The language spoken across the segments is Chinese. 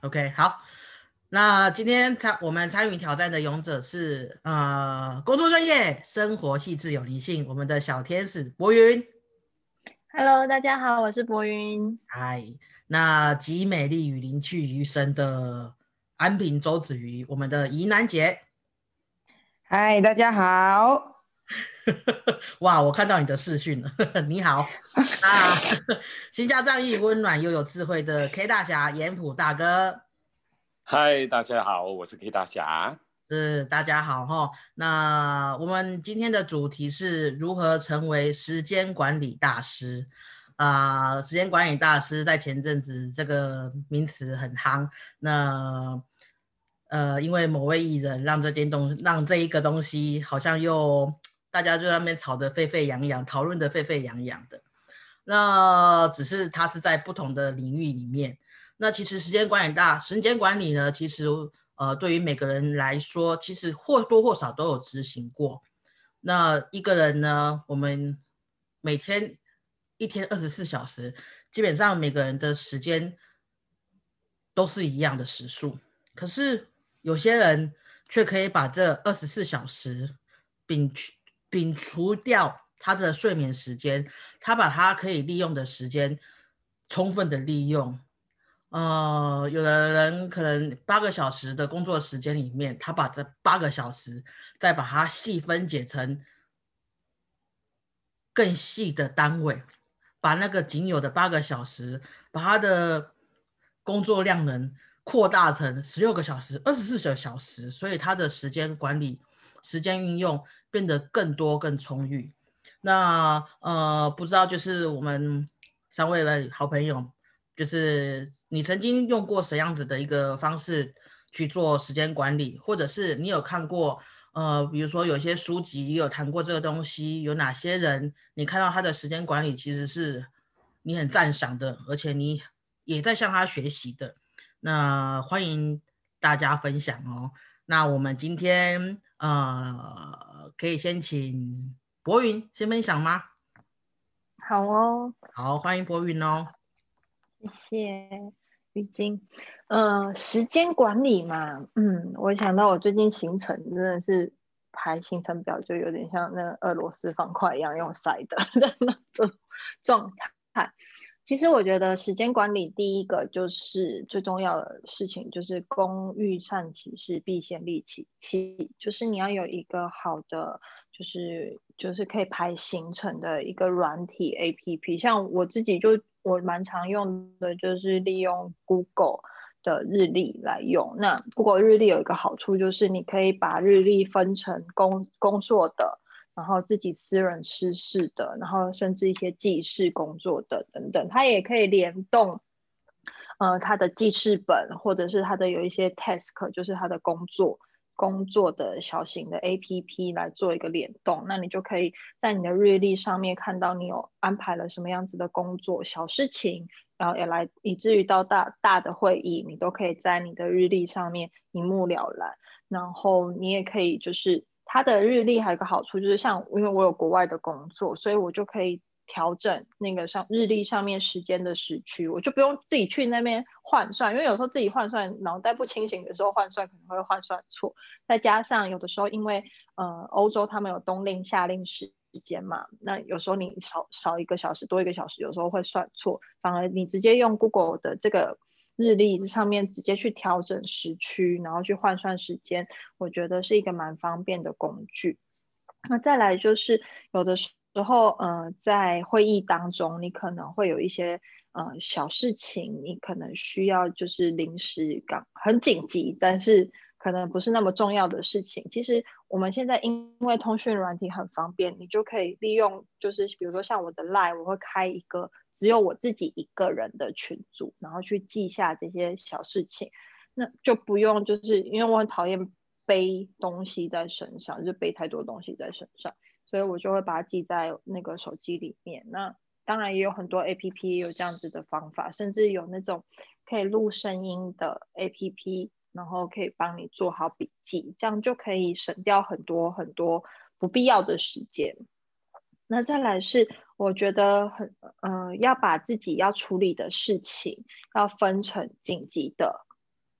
OK，好，那今天我们参与挑战的勇者是工作专业、生活细致有灵性，我们的小天使博云。 Hello，大家好，我是博云。 嗨，那集美丽与灵气于身的安平周子瑜，我们的宜南姐。 嗨，大家好。 哇，我看到你的视讯了，你好啊，心家仗义、温暖又有智慧的 K 大侠严普大哥。 嗨，大家好，我是 K 大侠。 是大家好哈，那我们今天的主题是如何成为时间管理大师时间管理大师在前阵子这个名词很夯，那因为某位艺人让这一个东西好像又大家就在那边吵得沸沸扬扬，讨论得沸沸扬扬的，那只是它是在不同的领域里面。那其实时间管理呢，其实对于每个人来说，其实或多或少都有执行过。那一个人呢，我们每天一天24小时，基本上每个人的时间都是一样的时数。可是有些人却可以把这24小时摒除掉他的睡眠时间，他把他可以利用的时间充分的利用。有的人可能8个小时的工作时间里面，他把这8个小时再把它细分解成更细的单位，把那个仅有的8个小时，把他的工作量能扩大成16个小时、24个小时，所以他的时间管理、时间运用变得更多、更充裕。那不知道就是我们3位的好朋友，就是你曾经用过什么样子的一个方式去做时间管理，或者是你有看过比如说有些书籍有谈过这个东西，有哪些人你看到他的时间管理其实是你很赞赏的，而且你也在向他学习的，那欢迎大家分享哦。那我们今天可以先请博云先分享吗？ 好哦， 好，欢迎博云哦。 谢谢玉晶。时间管理嘛，我想到我最近行程真的是排行程表，就有点像那个俄罗斯方块一样用塞的那种状态。其实我觉得时间管理第一个就是最重要的事情，就是工欲善其事，必先利其器，就是你要有一个好的，就是可以排行程的一个软体 APP。像我自己我蛮常用的，就是利用 Google 的日历来用。那 Google 日历有一个好处，就是你可以把日历分成工作的，然后自己私人私事的，然后甚至一些记事工作的等等，它也可以联动它的记事本，或者是它的有一些 task， 就是它的工作的小型的 APP 来做一个联动。那你就可以在你的日历上面看到你有安排了什么样子的工作小事情，然后也来以至于到大的会议，你都可以在你的日历上面一目了然。然后你也可以就是它的日历还有一个好处，就是像因为我有国外的工作，所以我就可以调整那个日历上面时间的时区，我就不用自己去那边换算，因为有时候自己换算脑袋不清醒的时候换算可能会换算错，再加上有的时候因为欧洲他们有冬令夏令时间嘛，那有时候你少1个小时多1个小时，有时候会算错，反而你直接用 Google 的这个日历上面直接去调整时区，然后去换算时间，我觉得是一个蛮方便的工具。那再来就是有的时候在会议当中你可能会有一些小事情，你可能需要就是临时很紧急，但是可能不是那么重要的事情。其实我们现在因为通讯软体很方便，你就可以利用就是比如说像我的 LINE， 我会开一个只有我自己一个人的群组，然后去记下这些小事情，那就不用就是因为我很讨厌背东西在身上，就背太多东西在身上，所以我就会把它记在那个手机里面。那当然也有很多 APP 也有这样子的方法，甚至有那种可以录声音的 APP， 然后可以帮你做好笔记，这样就可以省掉很多很多不必要的时间。那再来是我觉得要把自己要处理的事情要分成紧急的、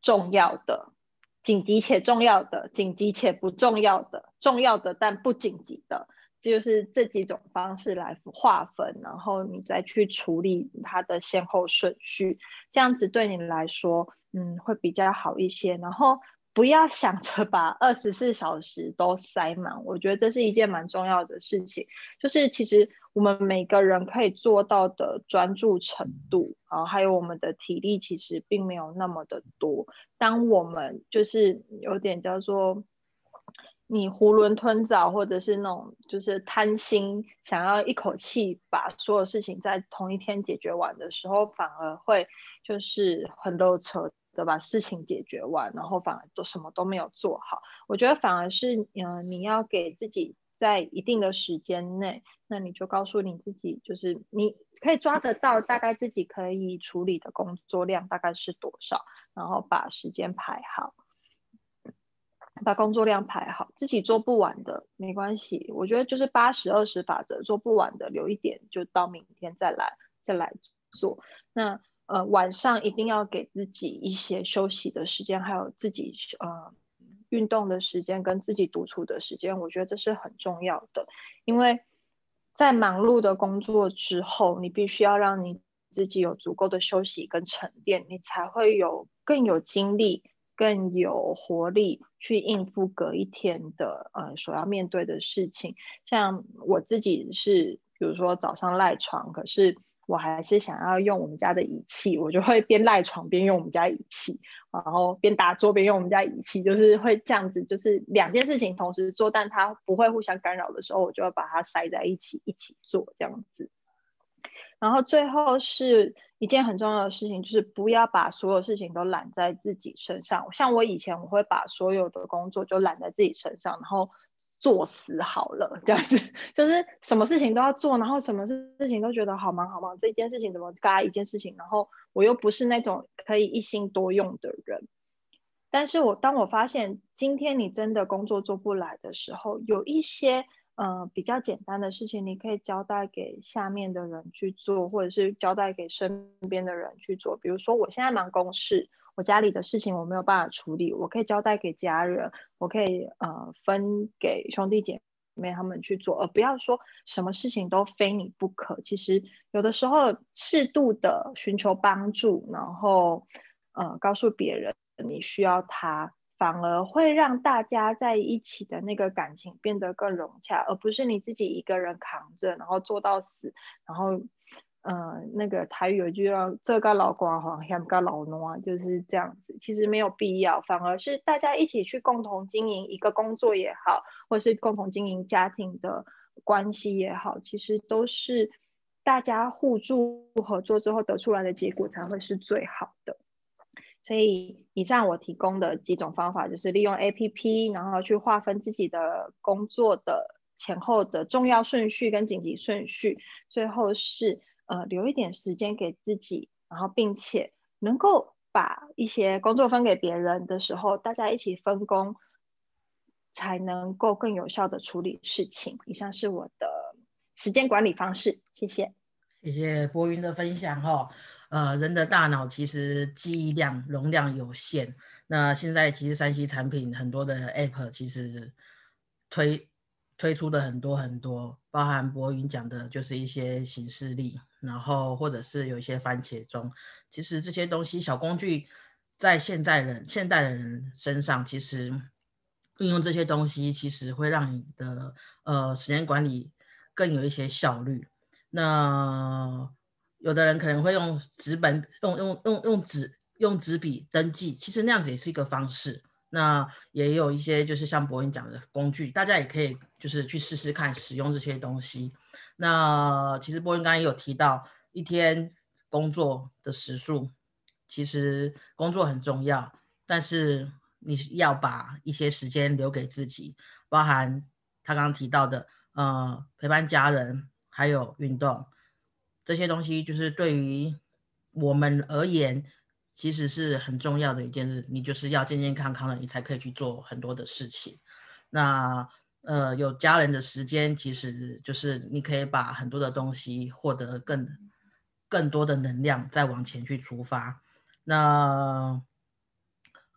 重要的、紧急且重要的、紧急且不重要的、重要的但不紧急的，就是这几种方式来划分，然后你再去处理它的先后顺序，这样子对你来说会比较好一些。然后不要想着把24小时都塞满，我觉得这是一件蛮重要的事情。就是其实我们每个人可以做到的专注程度，然后还有我们的体力其实并没有那么的多。当我们就是有点叫做你囫囵吞枣，或者是那种就是贪心，想要一口气把所有事情在同一天解决完的时候，反而会就是很漏扯的把事情解决完，然后反而都什么都没有做好。我觉得反而是你要给自己在一定的时间内，那你就告诉你自己，就是你可以抓得到大概自己可以处理的工作量大概是多少，然后把时间排好，把工作量排好，自己做不完的没关系，我觉得就是80-20法则，做不完的留一点，就到明天再来做。那晚上一定要给自己一些休息的时间，还有自己运动的时间跟自己独处的时间，我觉得这是很重要的。因为在忙碌的工作之后，你必须要让你自己有足够的休息跟沉淀，你才会更有精力更有活力去应付隔一天的所要面对的事情。像我自己是比如说早上赖床，可是我还是想要用我们家的仪器，我就会边赖床边用我们家仪器，然后边打坐边用我们家仪器，就是会这样子，就是两件事情同时做，但它不会互相干扰的时候，我就会把它塞在一起做这样子。然后最后是一件很重要的事情，就是不要把所有事情都揽在自己身上。像我以前我会把所有的工作就揽在自己身上，然后做死好了这样子，就是什么事情都要做，然后什么事情都觉得好忙好忙，这件事情怎么嘎一件事情，然后我又不是那种可以一心多用的人。但是当我发现今天你真的工作做不来的时候，有一些比较简单的事情，你可以交代给下面的人去做，或者是交代给身边的人去做。比如说我现在忙公事，我家里的事情我没有办法处理，我可以交代给家人，我可以分给兄弟姐妹他们去做，而不要说什么事情都非你不可。其实有的时候适度的寻求帮助，然后告诉别人你需要他，反而会让大家在一起的那个感情变得更融洽，而不是你自己一个人扛着，然后做到死，然后那个台语有一句叫这个老光黄香个老挪，就是这样子。其实没有必要，反而是大家一起去共同经营一个工作也好，或是共同经营家庭的关系也好，其实都是大家互助合作之后得出来的结果才会是最好的。所以以上我提供的几种方法，就是利用 APP， 然后去划分自己的工作的前后的重要顺序跟紧急顺序，最后是留一点时间给自己，然后并且能够把一些工作分给别人的时候，大家一起分工，才能够更有效的处理事情。以上是我的时间管理方式，谢谢。 谢谢博云的分享哈。人的大脑其实记忆量容量有限，那现在其实3C 产品很多的 App 其实推出的很多，包含博云讲的就是一些行事历，然后或者是有一些番茄钟，其实这些东西小工具在现代的人身上，其实运用这些东西其实会让你的时间管理更有一些效率。那有的人可能会用纸本用纸笔登记，其实那样子也是一个方式。那也有一些就是像博云讲的工具，大家也可以就是去试试看使用这些东西。那其实博云刚才也有提到，一天工作的时数，其实工作很重要，但是你要把一些时间留给自己，包含他刚刚提到的陪伴家人，还有运动，这些东西就是对于我们而言其实是很重要的一件事。你就是要健健康康的，你才可以去做很多的事情。那有家人的时间，其实就是你可以把很多的东西获得更多的能量，再往前去出发。那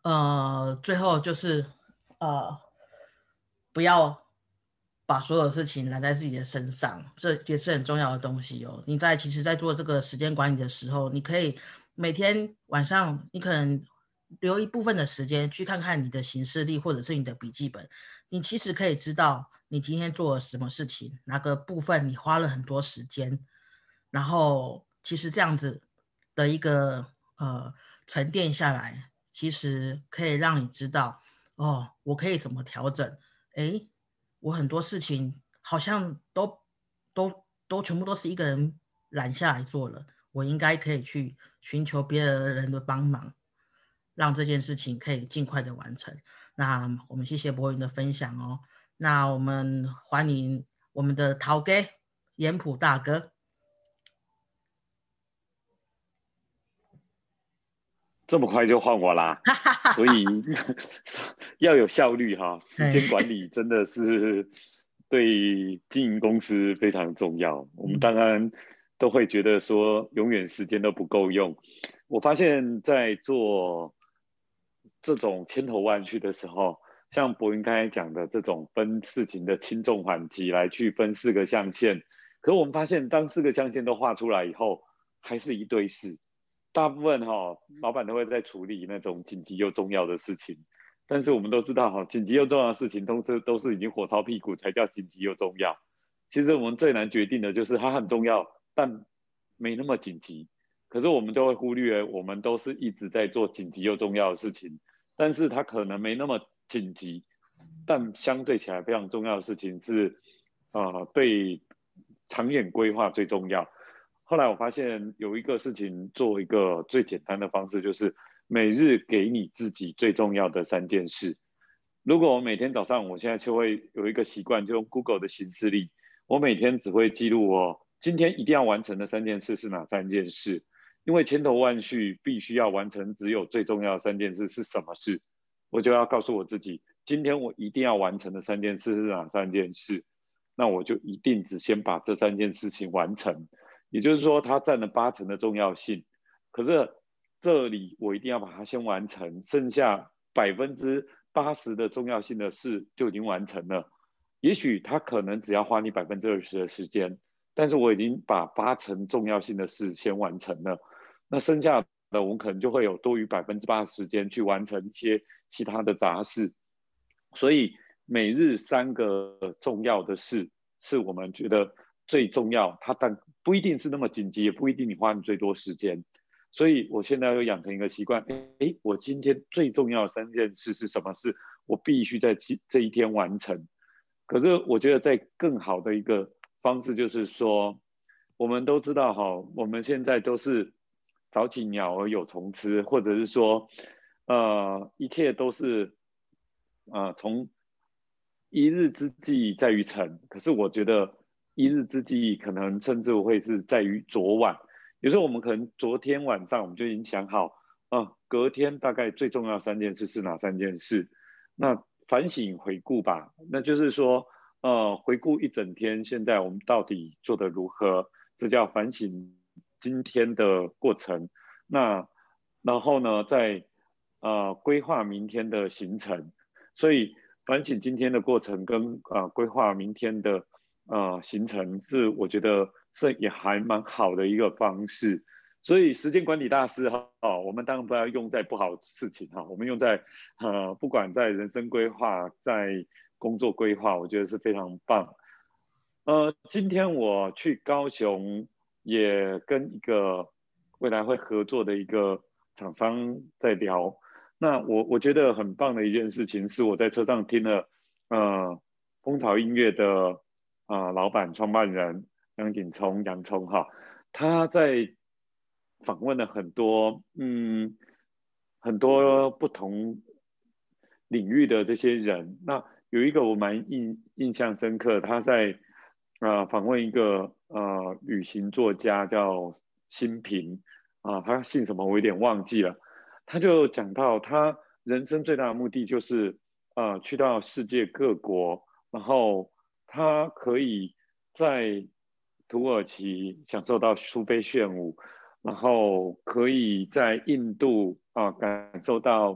最后就是不要把所有事情揽在自己的身上，这也是很重要的东西哦。其实在做这个时间管理的时候，你可以每天晚上，你可能留一部分的时间去看看你的行事历或者是你的笔记本，你其实可以知道你今天做了什么事情，哪个部分你花了很多时间，然后其实这样子的一个沉淀下来，其实可以让你知道哦，我可以怎么调整。诶，我很多事情好像都全部都是一个人揽下来做了，我应该可以去寻求别的人的帮忙，让这件事情可以尽快的完成。那我们谢谢博云的分享哦。那我们欢迎我们的陶哥严普大哥。 这么快就换我啦，所以要有效率哈，时间管理真的是对经营公司非常重要。我们当然都会觉得说永远时间都不够用。我发现在做这种千头万绪的时候，像博云刚才讲的这种分事情的轻重缓急来去分4个象限，可我们发现当4个象限都画出来以后，还是一堆事。大部分老板都会在处理那种紧急又重要的事情，但是我们都知道紧急又重要的事情都是已经火烧屁股才叫紧急又重要。其实我们最难决定的就是它很重要，但没那么紧急。可是我们都会忽略，我们都是一直在做紧急又重要的事情，但是它可能没那么紧急，但相对起来非常重要的事情是，对长远规划最重要。后来我发现有一个事情做一个最简单的方式，就是每日给你自己最重要的3件事。如果我每天早上，我现在就会有一个习惯，就用 Google 的行事历，我每天只会记录今天一定要完成的3件事是哪3件事，因为千头万绪必须要完成，只有最重要的3件事是什么事，我就要告诉我自己，今天我一定要完成的3件事是哪3件事，那我就一定只先把这3件事情完成。也就是说，它占了80%的重要性。可是这里我一定要把它先完成，剩下80%的重要性的事就已经完成了。也许它可能只要花你20%的时间，但是我已经把80%重要性的事先完成了。那剩下的我们可能就会有多余80%的时间去完成一些其他的杂事。所以每日3个重要的事是我们觉得最重要，但不一定是那么紧急，也不一定你花你最多时间。所以我现在又养成一个习惯，我今天最重要的3件事是什么事？我必须在这一天完成。可是我觉得在更好的一个方式就是说，我们都知道我们现在都是早起鸟儿有虫吃，或者是说，一切都是从一日之计在于晨，可是我觉得一日之计可能甚至会是在于昨晚。有时候我们可能昨天晚上我们就已经想好，隔天大概最重要的3件事是哪3件事。那反省回顾吧，那就是说，回顾一整天，现在我们到底做得如何？这叫反省今天的过程。那然后呢，再规划明天的行程。所以反省今天的过程跟规划明天的行程是我觉得是也还蛮好的一个方式。所以时间管理大师我们当然不要用在不好的事情我们用在不管在人生规划，在工作规划，我觉得是非常棒。今天我去高雄，也跟一个未来会合作的一个厂商在聊。那我觉得很棒的一件事情是，我在车上听了蜂巢音乐的老板创办人杨景聪洋葱他在访问了很多不同领域的这些人。那有一个我蛮印象深刻，他在访问一个旅行作家叫辛平他姓什么我有点忘记了。他就讲到他人生最大的目的就是去到世界各国，然后他可以在土耳其享受到苏菲炫舞，然后可以在印度感受到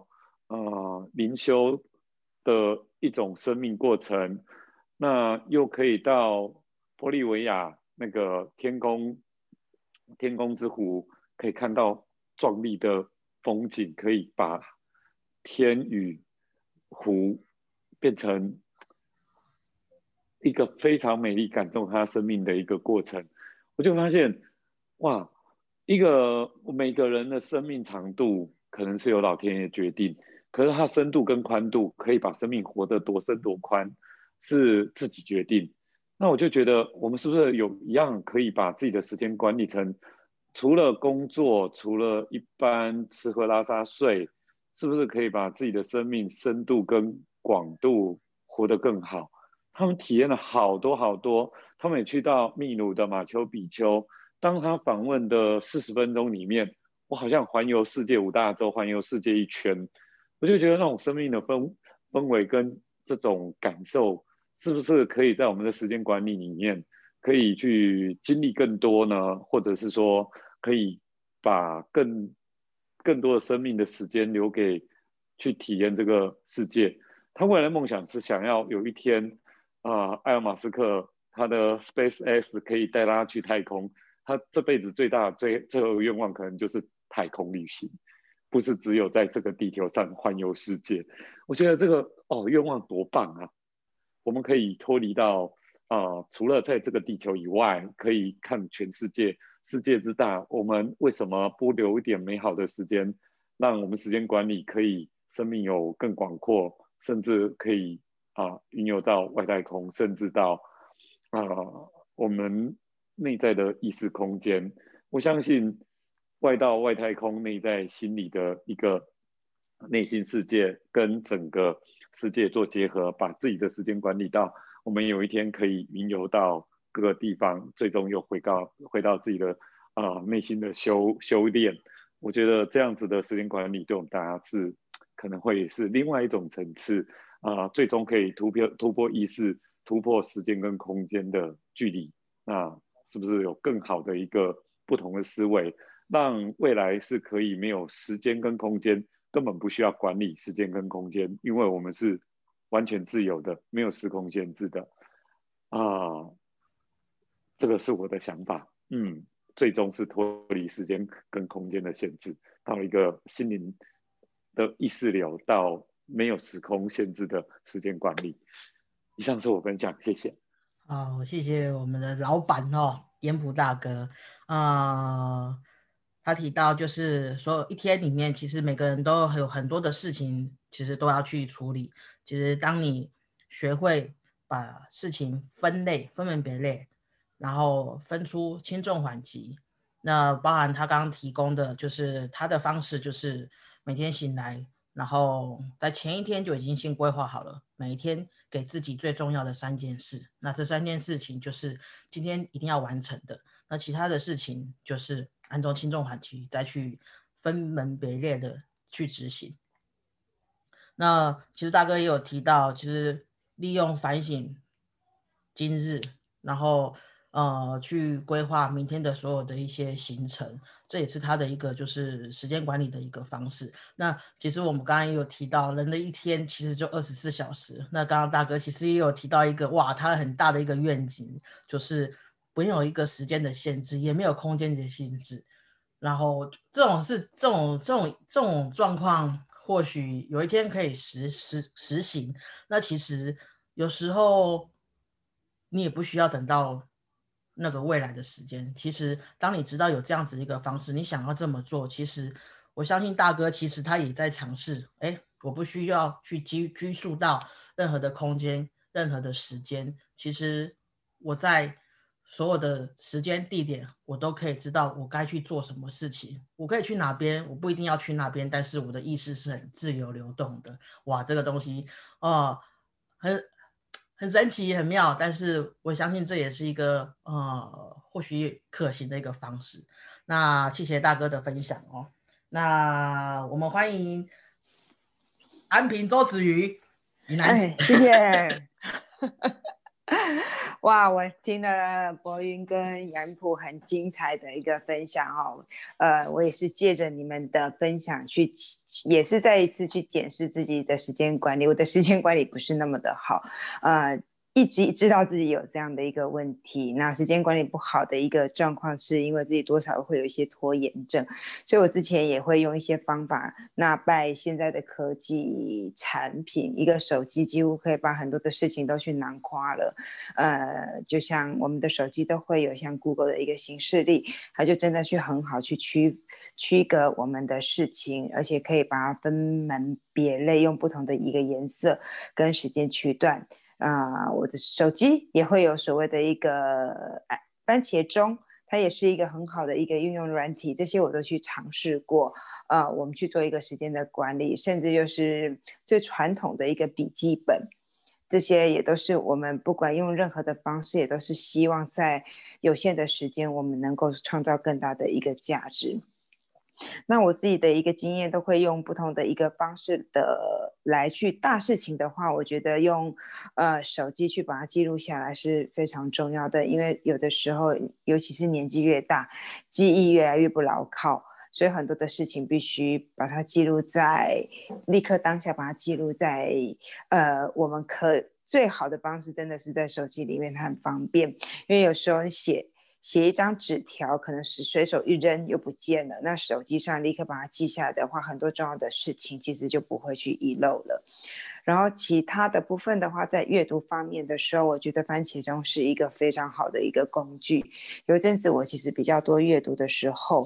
灵修的一种生命过程，那又可以到玻利维亚那个天空之湖，可以看到壮丽的风景，可以把天与湖变成一个非常美丽、感动他生命的一个过程。我就发现，哇，每个人的生命长度可能是由老天爷决定，可是他深度跟宽度可以把生命活得多深多宽，是自己决定。那我就觉得，我们是不是有一样可以把自己的时间管理成，除了工作，除了一般吃喝拉撒睡，是不是可以把自己的生命深度跟广度活得更好？他们体验了好多好多，他们也去到秘鲁的马丘比丘，当他访问的40分钟里面，我好像环游世界5大洲，环游世界1圈，我就觉得那种生命的氛围跟这种感受，是不是可以在我们的时间管理里面，可以去经历更多呢？或者是说，可以把更多的生命的时间留给去体验这个世界。他未来的梦想是想要有一天，埃隆·马斯克他的 SpaceX 可以带他去太空，他这辈子最大的最后愿望可能就是太空旅行，不是只有在这个地球上环游世界。我觉得这个愿望多棒啊！我们可以脱离到除了在这个地球以外，可以看全世界，世界之大，我们为什么不留一点美好的时间，让我们时间管理可以生命有更广阔，甚至可以运用到外太空，甚至到我们内在的意识空间。我相信外太空内在心理的一个内心世界跟整个世界做结合，把自己的时间管理到我们有一天可以云游到各个地方，最终又回到自己的内心的修炼。我觉得这样子的时间管理对我们大家是可能会是另外一种层次最终可以突破意识，突破时间跟空间的距离。那是不是有更好的一个不同的思维，让未来是可以没有时间跟空间，根本不需要管理时间跟空间，因为我们是完全自由的，没有时空限制的这个是我的想法。最终是脱离时间跟空间的限制，到一个心灵的意识流，到没有时空限制的时间管理。以上是我分享，谢谢。 好，谢谢我们的老板严普大哥。他提到就是说，一天里面其实每个人都有很多的事情，其实都要去处理。其实当你学会把事情分门别类，然后分出轻重缓急，那包含他刚刚提供的就是他的方式，就是每天醒来，然后在前一天就已经先规划好了，每一天给自己最重要的3件事。那这3件事情就是今天一定要完成的，那其他的事情就是按照轻重缓急再去分门别类的去执行。那其实大哥也有提到，就是利用反省今日，然后去规划明天的所有的一些行程，这也是他的一个就是时间管理的一个方式。那其实我们刚刚也有提到，人的一天其实就24小时。那刚刚大哥其实也有提到一个他很大的一个愿景，就是不用有一个时间的限制，也没有空间的限制。然后这种状况，或许有一天可以实行。那其实有时候你也不需要等到那个未来的时间。其实当你知道有这样子一个方式，你想要这么做，其实我相信大哥其实他也在尝试。我不需要去拘束到任何的空间，任何的时间。其实我在所有的时间地点，我都可以知道我该去做什么事情，我可以去哪边，我不一定要去那边，但是我的意识是很自由流动的。哇，这个东西很神奇，很妙，但是我相信这也是一个或许可行的一个方式。那谢谢大哥的分享哦。那我们欢迎安平周子瑜。 谢谢。 哇，我听了博云跟杨普很精彩的一个分享哦，我也是借着你们的分享去，也是再一次去检视自己的时间管理。我的时间管理不是那么的好，一直知道自己有这样的一个问题。那时间管理不好的一个状况，是因为自己多少会有一些拖延症，所以我之前也会用一些方法。那拜现在的科技产品，一个手机几乎可以把很多的事情都去囊括了。就像我们的手机都会有像 Google 的一个行事历，它就真的去很好去区隔我们的事情，而且可以把它分门别类，用不同的一个颜色跟时间区段。我的手机也会有所谓的一个番茄钟，它也是一个很好的一个运用软体，这些我都去尝试过。我们去做一个时间的管理，甚至就是最传统的一个笔记本，这些也都是我们不管用任何的方式，也都是希望在有限的时间，我们能够创造更大的一个价值。那我自己的一个经验都会用不同的一个方式的来去大事情的话，我觉得用手机去把它记录下来是非常重要的，因为有的时候尤其是年纪越大，记忆越来越不牢靠，所以很多的事情必须把它记录在立刻当下，把它记录在我们最好的方式真的是在手机里面，它很方便，因为有时候你写一张纸条，可能是随手一扔又不见了，那手机上立刻把它记下来的话，很多重要的事情其实就不会去遗漏了。然后其他的部分的话，在阅读方面的时候，我觉得番茄钟是一个非常好的一个工具。有一阵子我其实比较多阅读的时候，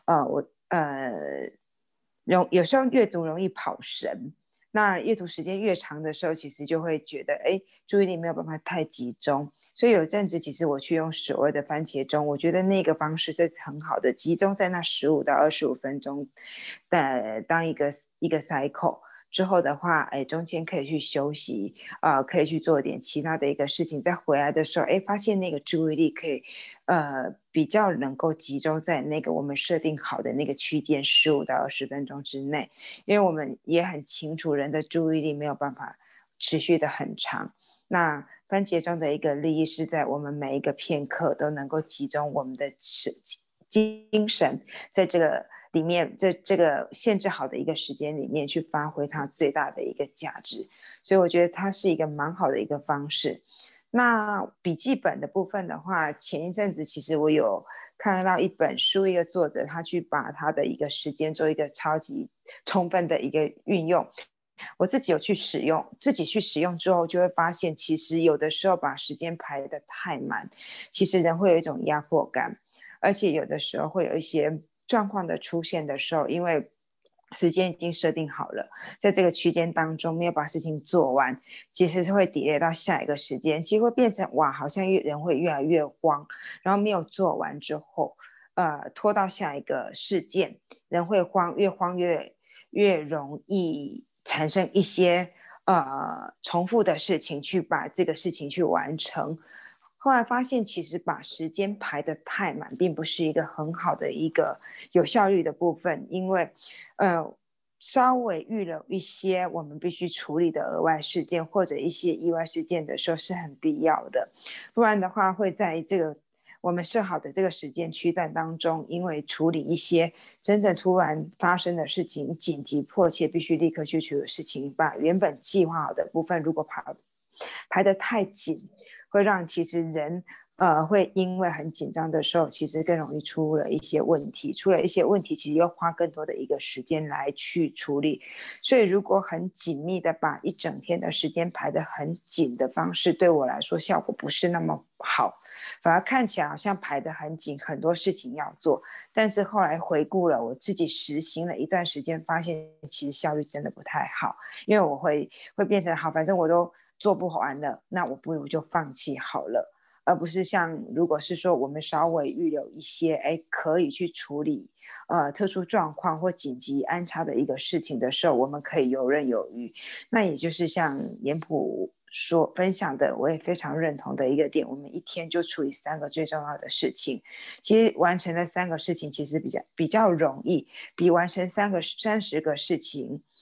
有时候阅读容易跑神，那阅读时间越长的时候，其实就会觉得注意力没有办法太集中。所以有阵子其实我去用所谓的番茄钟，我觉得那个方式是很好的，集中在那15到25分钟的当一个 cycle。之后的话，中间可以去休息，可以去做点其他的一个事情，再回来的时候，发现那个注意力可以，比较能够集中在那个我们设定好的那个区间15到20分钟之内，因为我们也很清楚人的注意力没有办法持续的很长。那番茄钟的一个利益是在我们每一个片刻都能够集中我们的精神在这个里面，这个限制好的一个时间里面去发挥它最大的一个价值，所以我觉得它是一个蛮好的一个方式。那笔记本的部分的话，前一阵子其实我有看到一本书，一个作者他去把他的一个时间做一个超级充分的一个运用。我自己有去使用，自己去使用之后，就会发现，其实有的时候把时间排得太满，其实人会有一种压迫感，而且有的时候会有一些状况的出现的时候，因为时间已经设定好了，在这个区间当中没有把事情做完，其实是会 delay 到下一个时间，其实会变成哇，好像人会越来越慌，然后没有做完之后，拖到下一个事件，人会越慌越容易产生一些重复的事情，去把这个事情去完成。后来发现，其实把时间排得太满，并不是一个很好的一个有效率的部分，因为稍微预留一些我们必须处理的额外事件或者一些意外事件的时候是很必要的，不然的话会在这个我们设好的这个时间区段当中，因为处理一些真的突然发生的事情，紧急迫切必须立刻去处理的事情，把原本计划好的部分如果排得太紧，会让其实人会因为很紧张的时候，其实更容易出了一些问题，出了一些问题，其实要花更多的一个时间来去处理。所以如果很紧密的把一整天的时间排得很紧的方式，对我来说效果不是那么好，反而看起来好像排得很紧，很多事情要做，但是后来回顾了我自己实行了一段时间，发现其实效率真的不太好，因为我会变成好，反正我都做不完了，那我不如就放弃好了，而不是像如果是说我们稍微预留一些可以去处理特殊状况或紧急安插的一个事情的时候，我们可以游刃有余。那也就是像严普分享的，我也非常认同的一个点，我们一天就处理3个最重要的事情，其实完成了3个事情其实比较容易，比完成30个事情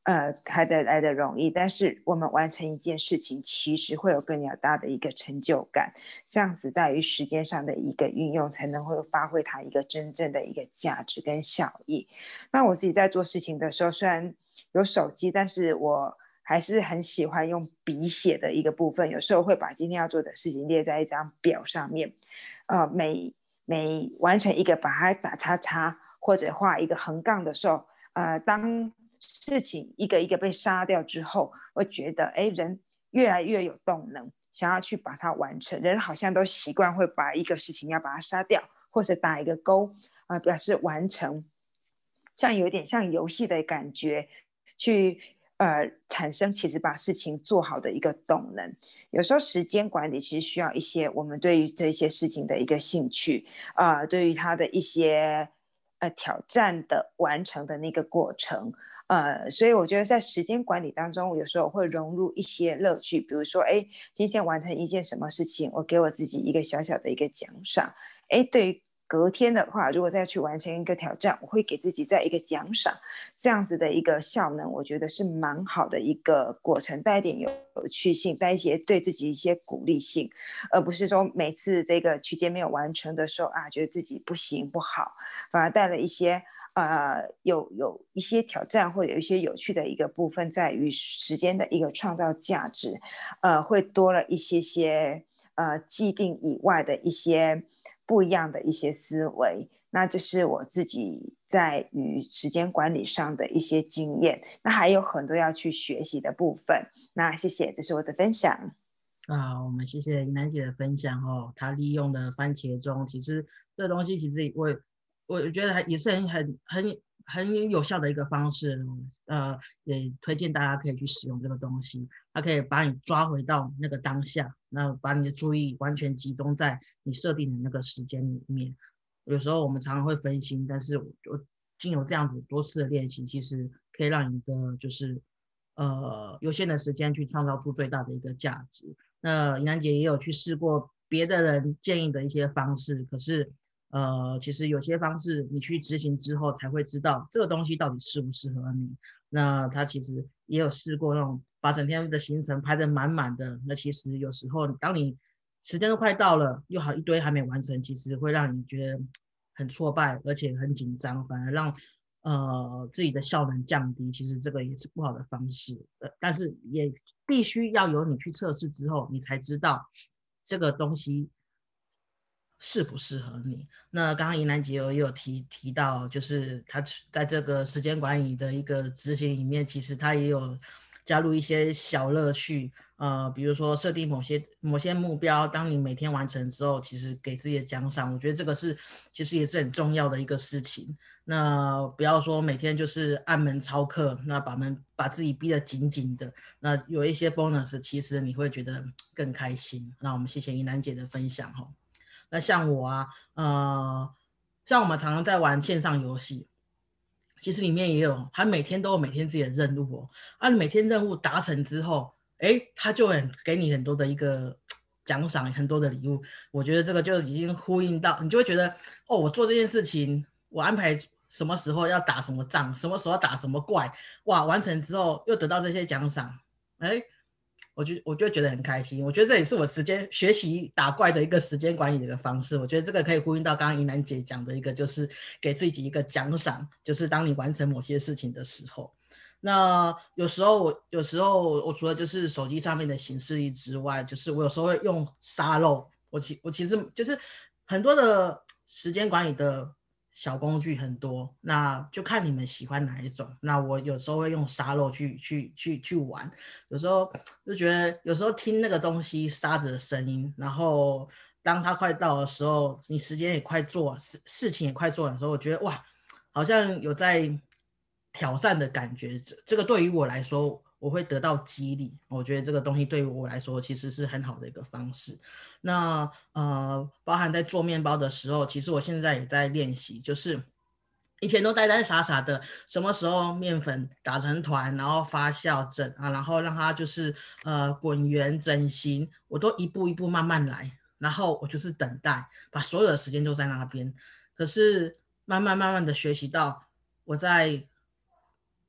来的容易，但是我们完成一件事情，其实会有更加大的一个成就感。这样子在于时间上的一个运用，才能会发挥它一个真正的一个价值跟效益。那我自己在做事情的时候，虽然有手机，但是我还是很喜欢用笔写的一个部分。有时候会把今天要做的事情列在一张表上面，每完成一个，把它打叉叉或者画一个横杠的时候，当事情一个一个被杀掉之后，我觉得人越来越有动能，想要去把它完成。人好像都习惯会把一个事情要把它杀掉，或者打一个勾表示完成，像有点像游戏的感觉去产生其实把事情做好的一个动能。有时候时间管理其实需要一些我们对于这些事情的一个兴趣对于它的一些挑战的完成的那个过程所以我觉得在时间管理当中，有时候会融入一些乐趣，比如说今天完成一件什么事情，我给我自己一个小小的一个奖赏。对于隔天的话，如果再去完成一个挑战，我会给自己再一个奖赏，这样子的一个效能，我觉得是蛮好的一个过程，带一点有趣性，带一些对自己一些鼓励性，而不是说每次这个区间没有完成的时候觉得自己不行不好，反而带了一些有一些挑战或者有一些有趣的一个部分，在于时间的一个创造价值，会多了一些既定以外的一些不一样的一些思维。那这是我自己在于时间管理上的一些经验，那还有很多要去学习的部分。那谢谢，这是我的分享。 我们谢谢怡南姐的分享哦。她利用的番茄钟，其实这东西其实我觉得也是很有效的一个方式，也推荐大家可以去使用这个东西。它可以把你抓回到那个当下，那把你的注意完全集中在你设定的那个时间里面。有时候我们常常会分心，但是我经由这样子多次的练习，其实可以让你的就是有限的时间去创造出最大的一个价值。那怡南姐也有去试过别的人建议的一些方式，可是其实有些方式你去执行之后才会知道这个东西到底适不适合你。那他其实也有试过那种把整天的行程排得满满的，那其实有时候当你时间都快到了，又好一堆还没完成，其实会让你觉得很挫败，而且很紧张，反而让自己的效能降低。其实这个也是不好的方式，但是也必须要由你去测试之后，你才知道这个东西适不适合你。那刚刚怡南姐也有提到，就是他在这个时间管理的一个执行里面，其实他也有加入一些小乐趣，比如说设定某些目标，当你每天完成之后，其实给自己的奖赏，我觉得这个其实也是很重要的一个事情。那不要说每天就是按门操课，那把自己逼得紧紧的，那有一些 bonus， 其实你会觉得更开心。那我们谢谢怡南姐的分享哦。那像我像我们常常在玩线上游戏，其实里面也有，他每天都有每天自己的任务你每天任务达成之后，他就给你很多的一个奖赏，很多的礼物。我觉得这个就已经呼应到，你就会觉得我做这件事情，我安排什么时候要打什么仗，什么时候要打什么怪，哇，完成之后又得到这些奖赏，我就觉得很开心。我觉得这也是我学习打怪的一个时间管理的一个方式。我觉得这个可以呼应到刚刚怡南姐讲的一个，就是给自己一个奖赏，就是当你完成某些事情的时候。那有时候我除了就是手机上面的行事历之外，就是我有时候会用沙漏。我其实就是很多的时间管理的小工具很多，那就看你们喜欢哪一种。那我有时候会用沙漏去玩，有时候就觉得有时候听那个东西沙子的声音，然后当它快到的时候，你时间也快做，事情也快做的时候，我觉得哇，好像有在挑战的感觉。这个对于我来说，我会得到激励。我觉得这个东西对于我来说其实是很好的一个方式。那包含在做面包的时候，其实我现在也在练习，就是以前都呆呆傻傻的，什么时候面粉打成团，然后发酵然后让它就是滚圆整形，我都一步一步慢慢来，然后我就是等待，把所有的时间都在那边。可是慢慢的学习到，我在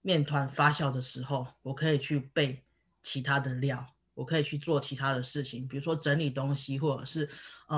面团发酵的时候，我可以去备其他的料，我可以去做其他的事情，比如说整理东西，或者是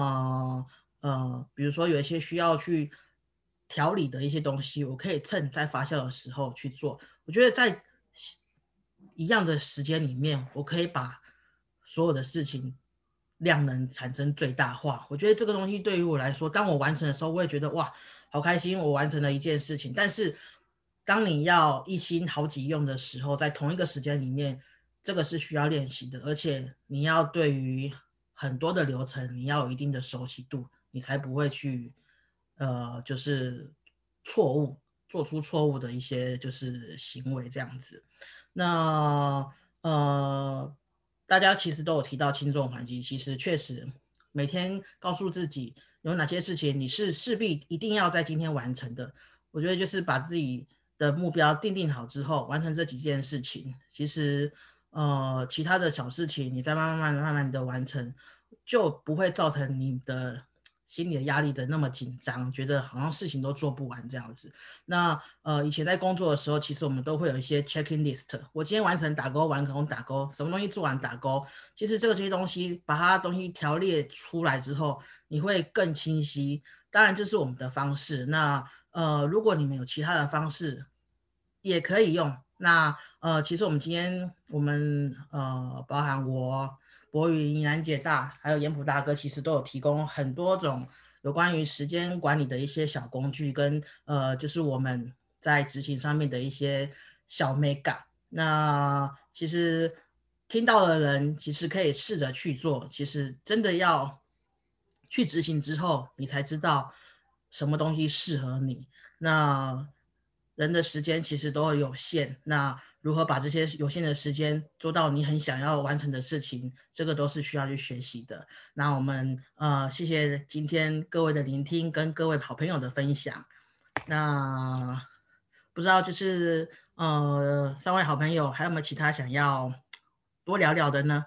比如说有一些需要去调理的一些东西，我可以趁在发酵的时候去做。我觉得在一样的时间里面，我可以把所有的事情量能产生最大化。我觉得这个东西对于我来说，当我完成的时候，我也觉得哇，好开心，我完成了一件事情。但是当你要一心好几用的时候，在同一个时间里面，这个是需要练习的，而且你要对于很多的流程，你要有一定的熟悉度，你才不会去就是做出错误的一些就是行为这样子。那大家其实都有提到轻重缓急，其实确实每天告诉自己有哪些事情你是势必一定要在今天完成的。我觉得就是把自己的目标定好之后，完成这几件事情，其实其他的小事情你再慢慢的完成，就不会造成你的心理的压力的那么紧张，觉得好像事情都做不完这样子。那以前在工作的时候，其实我们都会有一些 checking list， 我今天完成打勾，完成打勾，什么东西做完打勾。其实这些东西把它东西条列出来之后，你会更清晰。当然这是我们的方式，那如果你们有其他的方式也可以用。那其实我们今天包含我、博云、杨姐大还有严普大哥，其实都有提供很多种有关于时间管理的一些小工具，跟就是我们在执行上面的一些小美感。那其实听到的人其实可以试着去做，其实真的要去执行之后，你才知道什么东西适合你。那人的时间其实都有限，那如何把这些有限的时间做到你很想要完成的事情，这个都是需要去学习的。那我们谢谢今天各位的聆听跟各位好朋友的分享。那不知道就是三位好朋友还有没有其他想要多聊聊的呢？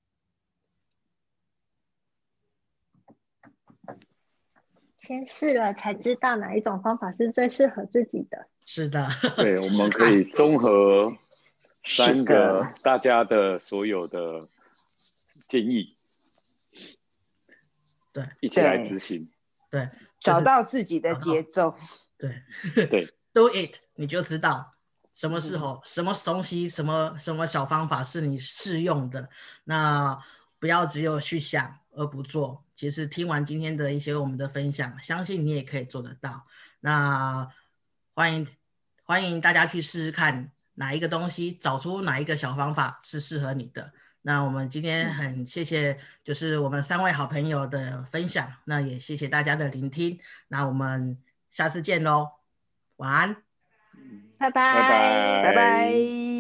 先试了才知道哪一种方法是最适合自己的。 是的， 对，我们可以综合3个大家的所有的建议， 对， 一起来执行， 对， 找到自己的节奏， 对对 ，do it， 你就知道什么时候、什么东西、什么小方法是你适用的。那不要只有去想而不做。其实听完今天的一些我们的分享，相信你也可以做得到。那欢迎大家去试试看哪一个东西，找出哪一个小方法是适合你的。那我们今天很谢谢就是我们3位好朋友的分享，那也谢谢大家的聆听。那我们下次见咯，晚安， 拜拜， 拜拜拜拜。